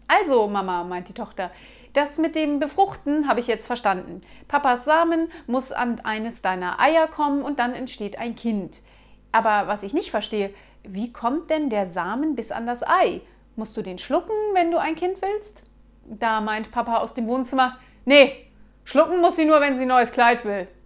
Also, Mama, meint die Tochter, das mit dem Befruchten habe ich jetzt verstanden. Papas Samen muss an eines deiner Eier kommen und dann entsteht ein Kind. Aber was ich nicht verstehe, wie kommt denn der Samen bis an das Ei? Musst du den schlucken, wenn du ein Kind willst? Da meint Papa aus dem Wohnzimmer, nee, schlucken muss sie nur, wenn sie ein neues Kleid will.